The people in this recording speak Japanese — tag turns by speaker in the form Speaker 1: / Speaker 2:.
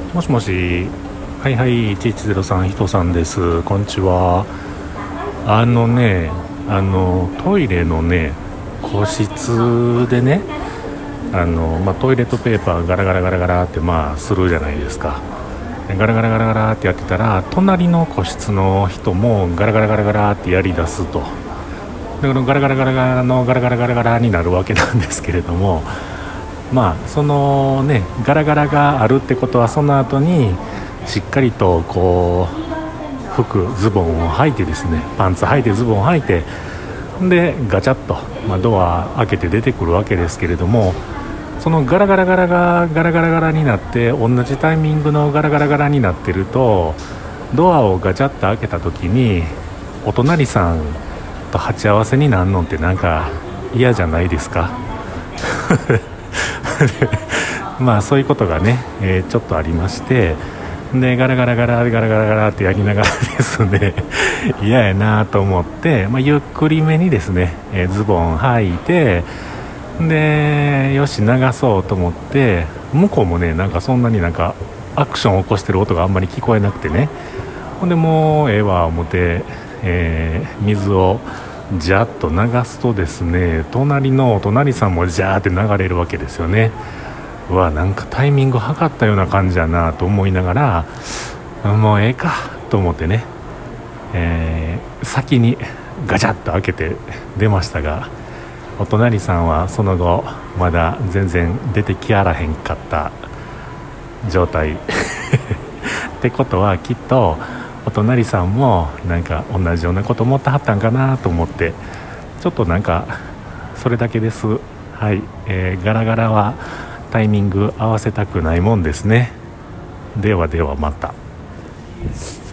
Speaker 1: もしもし。はいはい、1103人さんです。こんにちは。トイレのね、個室でね、トイレットペーパーガラガラガラガラってするじゃないですか。ガラガラガラガラってやってたら、隣の個室の人もガラガラガラガラってやり出すと。でこのガラガラガラガラのガラガラガラガラになるわけなんですけれども、そのねガラガラがあるってことは、その後にしっかりとこうズボンを履いてですね、パンツ履いてズボンを履いて、でガチャッと、ドア開けて出てくるわけですけれども、そのガラガラガラがガラガラガラになって同じタイミングのガラガラガラになってると、ドアをガチャッと開けた時にお隣さんと鉢合わせになるのってなんか嫌じゃないですか。そういうことがね、ちょっとありまして、でガラガラガラガラガラガラってやりながらですね嫌やなと思って、ゆっくりめにですね、ズボン履いて、でよし流そうと思って、向こうもねそんなにアクションを起こしてる音があんまり聞こえなくてね、ほんでもうええわ思って、水をジャッと流すとですね、隣のお隣さんもジャーって流れるわけですよね。タイミング測ったような感じやなと思いながら、もうええかと思ってね、先にガチャッと開けて出ましたが、お隣さんはその後まだ全然出てきあらへんかった状態ってことは、きっとお隣さんも同じようなこと思ってはったんかなと思って、ちょっとそれだけです。はい、ガラガラはタイミング合わせたくないもんですね。ではではまた。